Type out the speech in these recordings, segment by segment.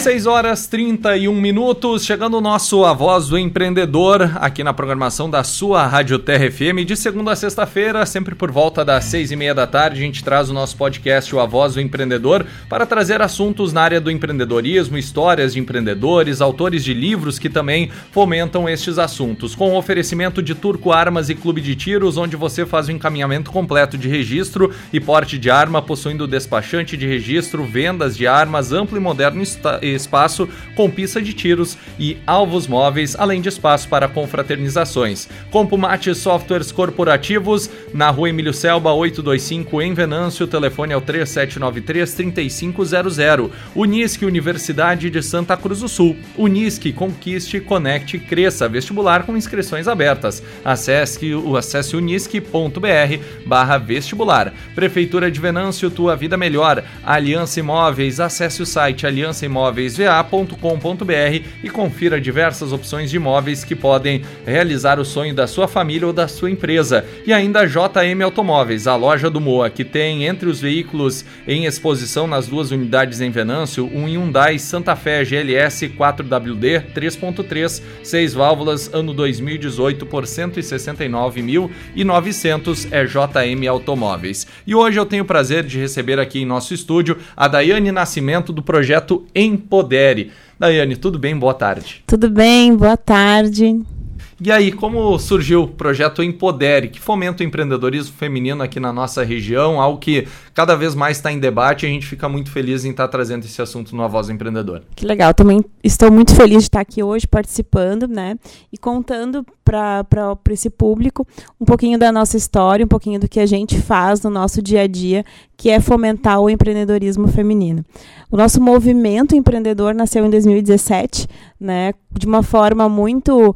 6 horas 31 minutos, chegando o nosso A Voz do Empreendedor, aqui na programação da sua Rádio Terra FM, de segunda a sexta-feira, sempre por volta das 6:30 da tarde, a gente traz o nosso podcast, o A Voz do Empreendedor, para trazer assuntos na área do empreendedorismo, histórias de empreendedores, autores de livros que também fomentam estes assuntos, com o oferecimento de Turco Armas e Clube de Tiros, onde você faz o encaminhamento completo de registro e porte de arma, possuindo despachante de registro, vendas de armas, amplo e moderno espaço com pista de tiros e alvos móveis, além de espaço para confraternizações. Compumate Softwares Corporativos, na Rua Emílio Selba, 825, em Venâncio, o telefone é o 3793-3500. Unisque, Universidade de Santa Cruz do Sul. Unisque, conquiste, conecte, cresça. Vestibular com inscrições abertas. Acesse unisque.br/vestibular. Prefeitura de Venâncio, tua vida melhor. Aliança Imóveis, acesse o site aliançaimoveisva.com.br e confira diversas opções de imóveis que podem realizar o sonho da sua família ou da sua empresa. E ainda JM Automóveis, a loja do Moa, que tem entre os veículos em exposição nas duas unidades em Venâncio, um Hyundai Santa Fé GLS 4WD 3.3, 6 válvulas, ano 2018 por 169.900, é JM Automóveis. E hoje eu tenho o prazer de receber aqui em nosso estúdio a Daiane Nascimento, do projeto Empodere. Daiane, tudo bem? Boa tarde. Tudo bem, boa tarde. E aí, como surgiu o projeto Empodere, que fomenta o empreendedorismo feminino aqui na nossa região, algo que cada vez mais está em debate, e a gente fica muito feliz em estar trazendo esse assunto no A Voz do Empreendedor. Que legal, também estou muito feliz de estar aqui hoje participando, né, e contando para esse público um pouquinho da nossa história, um pouquinho do que a gente faz no nosso dia a dia, que é fomentar o empreendedorismo feminino. O nosso movimento empreendedor nasceu em 2017, né, de uma forma muito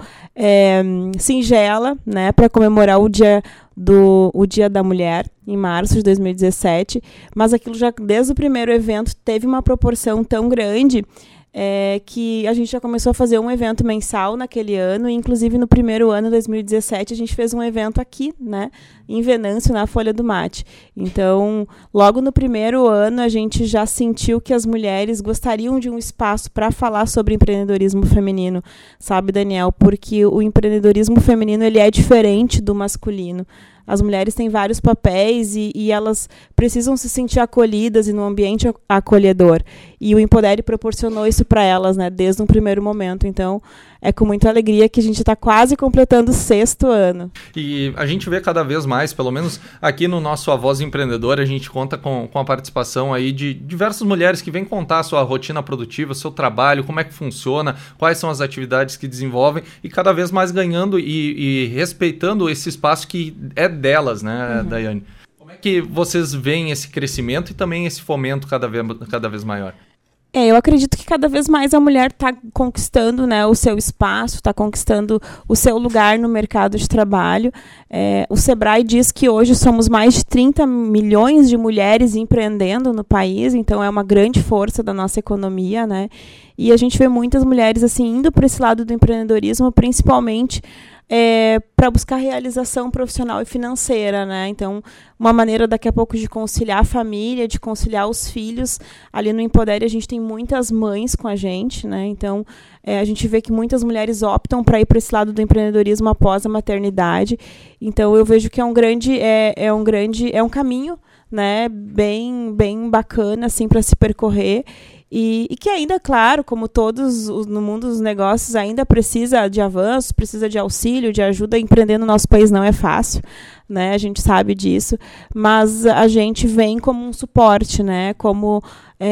singela, né, para comemorar o Dia da Mulher, em março de 2017, mas aquilo já, desde o primeiro evento, teve uma proporção tão grande que a gente já começou a fazer um evento mensal naquele ano, e inclusive no primeiro ano, 2017, a gente fez um evento aqui, né, em Venâncio, na Folha do Mate. Então, logo no primeiro ano, a gente já sentiu que as mulheres gostariam de um espaço para falar sobre empreendedorismo feminino, sabe, Daniel? Porque o empreendedorismo feminino, ele é diferente do masculino. As mulheres têm vários papéis e elas precisam se sentir acolhidas e num ambiente acolhedor. E o Empodere proporcionou isso para elas, né, desde um primeiro momento. Então, é com muita alegria que a gente está quase completando o 6º ano. E a gente vê cada vez mais, pelo menos aqui no nosso A Voz Empreendedora, a gente conta com a participação aí de diversas mulheres que vêm contar a sua rotina produtiva, seu trabalho, como é que funciona, quais são as atividades que desenvolvem, e cada vez mais ganhando e respeitando esse espaço que é delas, né, Daiane? Como é que vocês veem esse crescimento e também esse fomento cada vez maior? Eu acredito que cada vez mais a mulher está conquistando, né, o seu espaço, está conquistando o seu lugar no mercado de trabalho. O Sebrae diz que hoje somos mais de 30 milhões de mulheres empreendendo no país, então é uma grande força da nossa economia, né? E a gente vê muitas mulheres assim, indo para esse lado do empreendedorismo, principalmente para buscar realização profissional e financeira, né? Então, uma maneira daqui a pouco de conciliar a família, de conciliar os filhos. Ali no Empodere a gente tem muitas mães com a gente, né? Então, a gente vê que muitas mulheres optam para ir para esse lado do empreendedorismo após a maternidade. Então, eu vejo que é um caminho, né, bem bacana assim, para se percorrer. E que ainda, claro, como todos no mundo dos negócios, ainda precisa de avanço, precisa de auxílio, de ajuda. Empreender no nosso país não é fácil, né? A gente sabe disso, mas a gente vem como um suporte, né? Como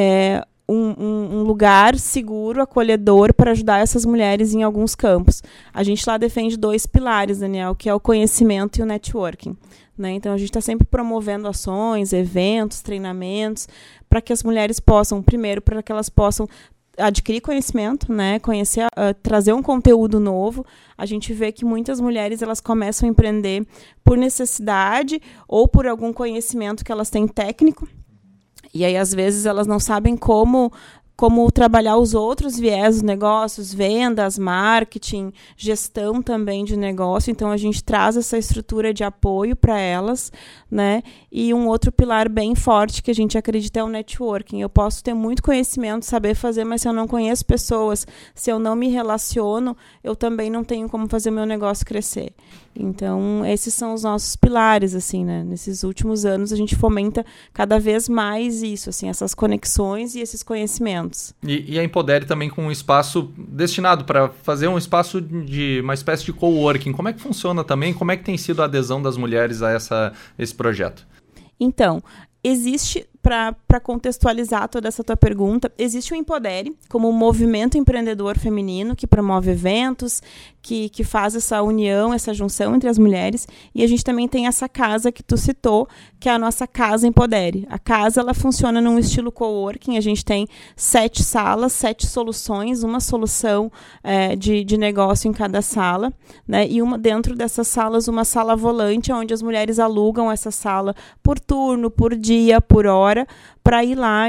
um lugar seguro, acolhedor para ajudar essas mulheres em alguns campos. A gente lá defende 2 pilares, Daniel, que é o conhecimento e o networking. Né? Então, a gente está sempre promovendo ações, eventos, treinamentos, para que as mulheres possam, primeiro, para que elas possam adquirir conhecimento, né? Conhecer, trazer um conteúdo novo. A gente vê que muitas mulheres elas começam a empreender por necessidade ou por algum conhecimento que elas têm técnico. E aí, às vezes, elas não sabem como como trabalhar os outros viés dos negócios, vendas, marketing, gestão também de negócio. Então, a gente traz essa estrutura de apoio para elas, né? E um outro pilar bem forte que a gente acredita é o networking. Eu posso ter muito conhecimento, saber fazer, mas se eu não conheço pessoas, se eu não me relaciono, eu também não tenho como fazer o meu negócio crescer. Então, esses são os nossos pilares, assim, né? Nesses últimos anos, a gente fomenta cada vez mais isso, assim, essas conexões e esses conhecimentos. E a Empodere também com um espaço destinado para fazer um espaço de uma espécie de coworking. Como é que funciona também? Como é que tem sido a adesão das mulheres a esse projeto? Então, existe, para contextualizar toda essa tua pergunta, existe o Empodere como um movimento empreendedor feminino que promove eventos, que faz essa união, essa junção entre as mulheres, e a gente também tem essa casa que tu citou, que é a nossa Casa Empodere. A casa, ela funciona num estilo coworking, a gente tem 7 salas, 7 soluções, uma solução de negócio em cada sala, né? E dentro dessas salas, uma sala volante, onde as mulheres alugam essa sala por turno, por dia, por hora, para ir lá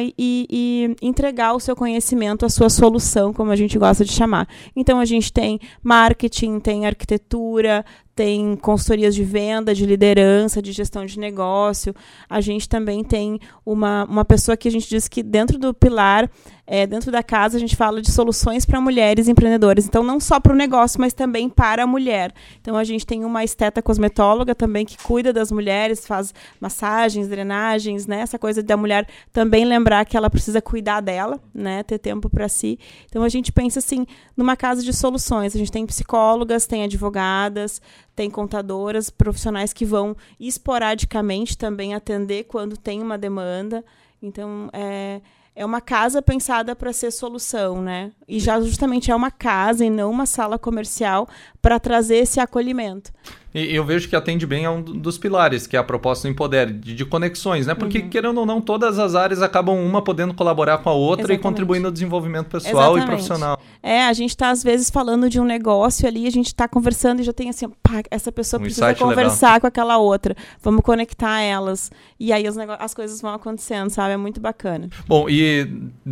e entregar o seu conhecimento, a sua solução, como a gente gosta de chamar. Então, a gente tem marketing, tem arquitetura, tem consultorias de venda, de liderança, de gestão de negócio. A gente também tem uma pessoa que a gente diz que dentro do pilar, dentro da casa, a gente fala de soluções para mulheres empreendedoras. Então, não só para o negócio, mas também para a mulher. Então, a gente tem uma esteta cosmetóloga também que cuida das mulheres, faz massagens, drenagens, né? Essa coisa da mulher também lembrar que ela precisa cuidar dela, né? Ter tempo para si. Então, a gente pensa assim, numa casa de soluções. A gente tem psicólogas, tem advogadas, tem contadoras, profissionais que vão esporadicamente também atender quando tem uma demanda. Então, é uma casa pensada para ser solução, né? E já justamente é uma casa e não uma sala comercial para trazer esse acolhimento. E eu vejo que atende bem a um dos pilares, que é a proposta do Empodere, de conexões, né? Porque, querendo ou não, todas as áreas acabam uma podendo colaborar com a outra. Exatamente. E contribuindo no desenvolvimento pessoal. Exatamente. E profissional. A gente está, às vezes, falando de um negócio ali, a gente está conversando e já tem assim, pá, essa pessoa precisa conversar legal com aquela outra. Vamos conectar elas. E aí as coisas vão acontecendo, sabe? É muito bacana. Bom, e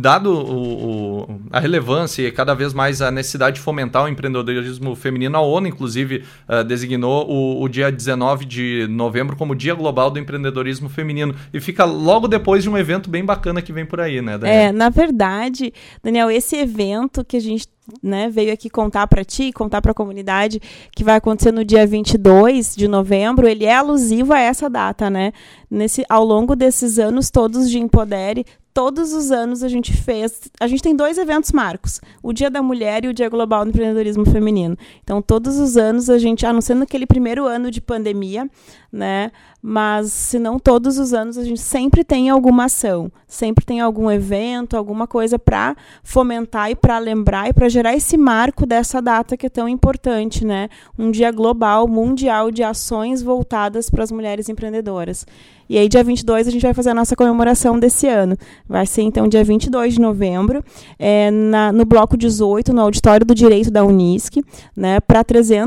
dado a relevância e cada vez mais a necessidade de fomentar o empreendedorismo feminino, a ONU, inclusive, designou o dia 19 de novembro como Dia Global do Empreendedorismo Feminino. E fica logo depois de um evento bem bacana que vem por aí, né, Daniel? Na verdade, Daniel, esse evento que a gente veio aqui contar para ti, contar para a comunidade, que vai acontecer no dia 22 de novembro, ele é alusivo a essa data, né? Ao longo desses anos todos de Empodere, todos os anos a gente tem 2 eventos marcos, o Dia da Mulher e o Dia Global do Empreendedorismo Feminino. Então, todos os anos a gente, a não ser naquele primeiro ano de pandemia, né? Mas, se não todos os anos, a gente sempre tem alguma ação, sempre tem algum evento, alguma coisa para fomentar e para lembrar e para gerar esse marco dessa data que é tão importante, né? Um dia global, mundial de ações voltadas para as mulheres empreendedoras. E aí, dia 22, a gente vai fazer a nossa comemoração desse ano. Vai ser, então, dia 22 de novembro, no Bloco 18, no Auditório do Direito da Unisc, né, para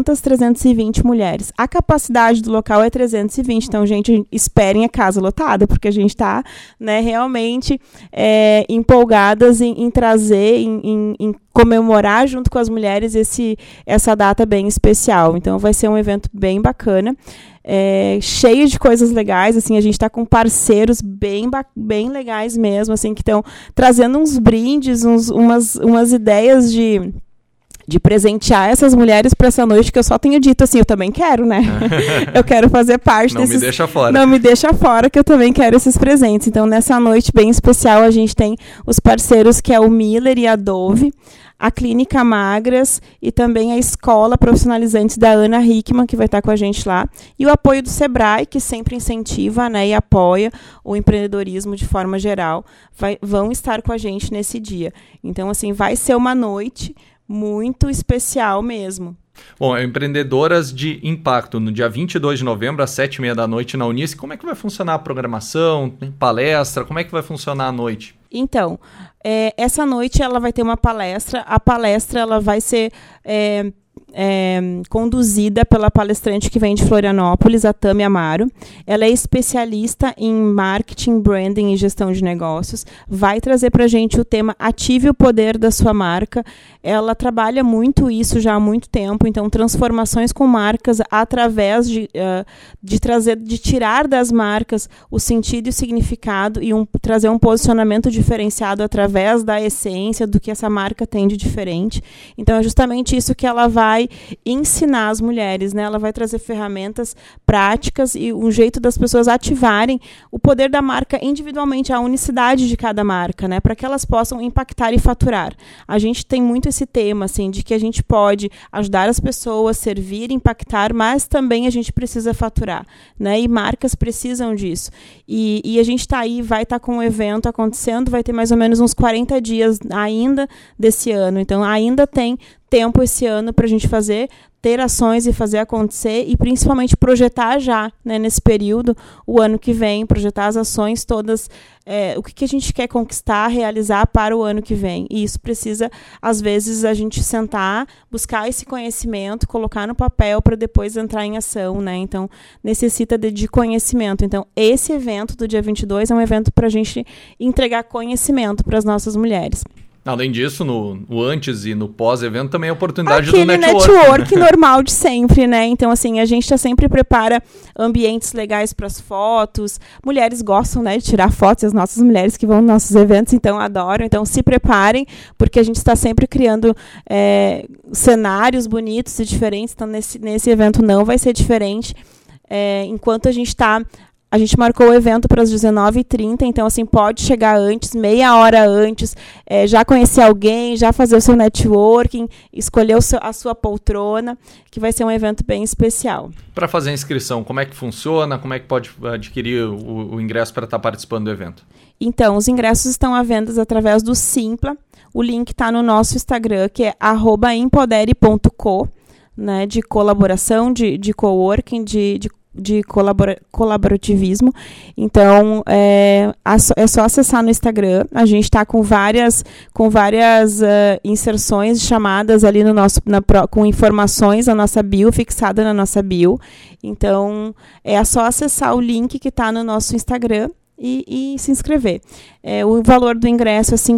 320 mulheres. A capacidade do local é 320, então, gente, esperem a casa lotada, porque a gente está, né, realmente empolgadas em trazer, em comemorar junto com as mulheres essa data bem especial. Então, vai ser um evento bem bacana. Cheio de coisas legais, assim, a gente está com parceiros bem legais mesmo, assim, que estão trazendo uns brindes, umas ideias de presentear essas mulheres para essa noite, que eu só tenho dito assim, eu também quero, né? Eu quero fazer parte desses... Não me deixa fora. Não me deixa fora, que eu também quero esses presentes. Então, nessa noite bem especial, a gente tem os parceiros, que é o Miller e a Dove, a Clínica Magras e também a Escola Profissionalizantes da Ana Hickman, que vai estar com a gente lá, e o apoio do Sebrae, que sempre incentiva, né, e apoia o empreendedorismo de forma geral, vão estar com a gente nesse dia. Então, assim, vai ser uma noite muito especial mesmo. Bom, Empreendedoras de Impacto, no dia 22 de novembro, às 7h30 da noite, na Unisc. Como é que vai funcionar a programação, palestra? Como é que vai funcionar a noite? Então, essa noite ela vai ter uma palestra. A palestra ela vai ser conduzida pela palestrante que vem de Florianópolis, a Tami Amaro. Ela é especialista em marketing, branding e gestão de negócios. Vai trazer para a gente o tema Ative o Poder da Sua Marca. Ela trabalha muito isso já há muito tempo, então transformações com marcas através de tirar das marcas o sentido e o significado e trazer um posicionamento diferenciado através da essência do que essa marca tem de diferente. Então é justamente isso que ela vai ensinar as mulheres, né? Ela vai trazer ferramentas práticas e um jeito das pessoas ativarem o poder da marca individualmente, a unicidade de cada marca, né? Para que elas possam impactar e faturar. A gente tem muito esse tema, assim, de que a gente pode ajudar as pessoas, servir, impactar, mas também a gente precisa faturar, né? E marcas precisam disso. E a gente está aí, vai estar com um evento acontecendo, vai ter mais ou menos uns 40 dias ainda desse ano. Então, ainda tem tempo esse ano para a gente ter ações e fazer acontecer e principalmente projetar já, né, nesse período, o ano que vem, projetar as ações todas, o que a gente quer conquistar, realizar para o ano que vem. E isso precisa, às vezes, a gente sentar, buscar esse conhecimento, colocar no papel para depois entrar em ação, né? Então, necessita de conhecimento. Então, esse evento do dia 22 é um evento para a gente entregar conhecimento para as nossas mulheres. Além disso, no antes e no pós-evento também é oportunidade do network, né? Normal de sempre, né? Então, assim, a gente sempre prepara ambientes legais para as fotos. Mulheres gostam, né, de tirar fotos, as nossas mulheres que vão nos nossos eventos, então, adoram. Então, se preparem, porque a gente está sempre criando cenários bonitos e diferentes. Então, nesse evento não vai ser diferente. Enquanto a gente marcou o evento para as 19h30, então, assim, pode chegar antes, meia hora antes, já conhecer alguém, já fazer o seu networking, escolher a sua poltrona, que vai ser um evento bem especial. Para fazer a inscrição, como é que funciona? Como é que pode adquirir o ingresso para estar participando do evento? Então, os ingressos estão à venda através do Simpla. O link está no nosso Instagram, que é @empodere.co, né, de colaboração, de coworking, de colaborativismo. Então, é só acessar no Instagram. A gente está com várias inserções, chamadas ali no nosso, com informações da nossa bio, fixada na nossa bio. Então, é só acessar o link que está no nosso Instagram e se inscrever. O valor do ingresso é R$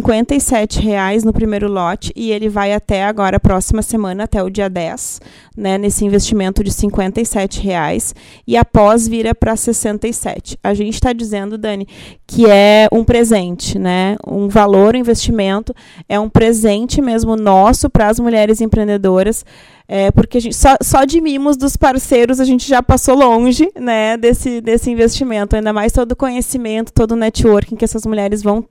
57,00 no primeiro lote e ele vai até agora, próxima semana, até o dia 10, né, nesse investimento de R$ 57,00 e após vira para R$ 67,00. A gente está dizendo, Dani, que é um presente, né? Um valor, um investimento, é um presente mesmo nosso para as mulheres empreendedoras, porque a gente, só de mimos dos parceiros a gente já passou longe, né, desse investimento, ainda mais todo o conhecimento, todo o networking que essas mulheres vão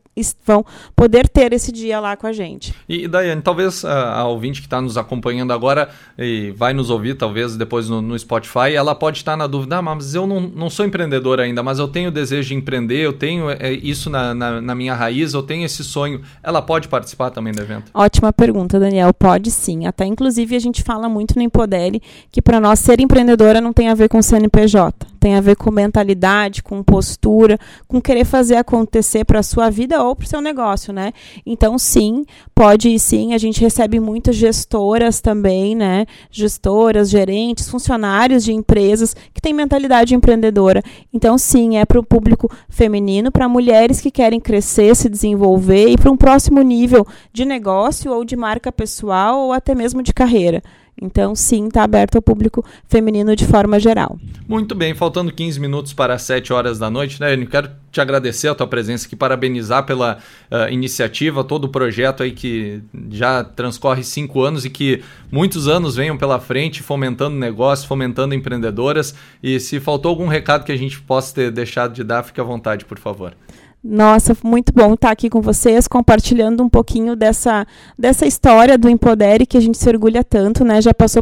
poder ter esse dia lá com a gente. E Daiane, talvez a ouvinte que está nos acompanhando agora e vai nos ouvir, talvez depois no Spotify, ela pode estar na dúvida, mas eu não sou empreendedora ainda, mas eu tenho o desejo de empreender, eu tenho isso na minha raiz, eu tenho esse sonho. Ela pode participar também do evento? Ótima pergunta, Daniel. Pode sim. Até, inclusive, a gente fala muito no Empodere que para nós ser empreendedora não tem a ver com CNPJ. Tem a ver com mentalidade, com postura, com querer fazer acontecer para a sua vida ou para o seu negócio, né? Então, sim, pode ir sim. A gente recebe muitas gestoras também, né? Gestoras, gerentes, funcionários de empresas que têm mentalidade empreendedora. Então, sim, é para o público feminino, para mulheres que querem crescer, se desenvolver e para um próximo nível de negócio ou de marca pessoal ou até mesmo de carreira. Então, sim, está aberto ao público feminino de forma geral. Muito bem, faltando 15 minutos para as 7 horas da noite, né? Eu quero te agradecer a tua presença aqui, parabenizar pela iniciativa, todo o projeto aí que já transcorre 5 anos e que muitos anos venham pela frente, fomentando negócios, fomentando empreendedoras. E se faltou algum recado que a gente possa ter deixado de dar, fique à vontade, por favor. Nossa, muito bom estar aqui com vocês, compartilhando um pouquinho dessa história do Empodere, que a gente se orgulha tanto, né? Já passou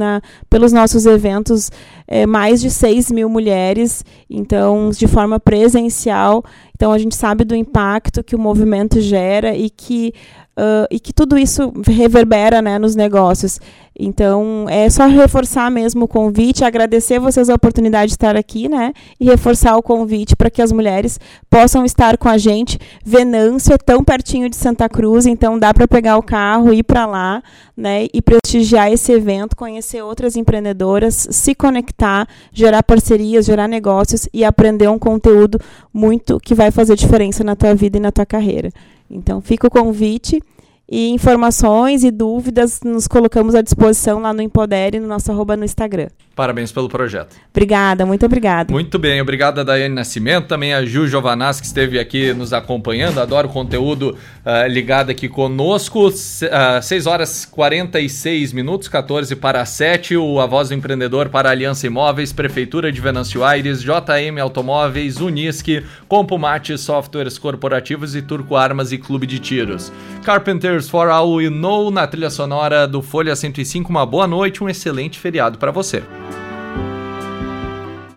pelos nossos eventos mais de 6.000 mulheres, então, de forma presencial. Então, a gente sabe do impacto que o movimento gera e que tudo isso reverbera, né, nos negócios. Então, é só reforçar mesmo o convite, agradecer vocês a oportunidade de estar aqui, né? E reforçar o convite para que as mulheres possam estar com a gente. Venâncio é tão pertinho de Santa Cruz, então dá para pegar o carro, ir para lá, né? E prestigiar esse evento, conhecer outras empreendedoras, se conectar, gerar parcerias, gerar negócios e aprender um conteúdo muito que vai fazer diferença na tua vida e na tua carreira. Então, fica o convite. E informações e dúvidas nos colocamos à disposição lá no Empodere, no nosso @ no Instagram. Parabéns pelo projeto. Obrigada, muito obrigada. Muito bem, obrigado a Daiane Nascimento, também a Ju Giovanaz, que esteve aqui nos acompanhando. Adoro o conteúdo ligado aqui conosco. 6h46, 14 para 7. A Voz do Empreendedor para Aliança Imóveis, Prefeitura de Venâncio Aires, JM Automóveis, Unisque, Compumate Softwares Corporativos e Turco Armas e Clube de Tiros. Carpenters for All You Know, na trilha sonora do Folha 105. Uma boa noite, um excelente feriado para você.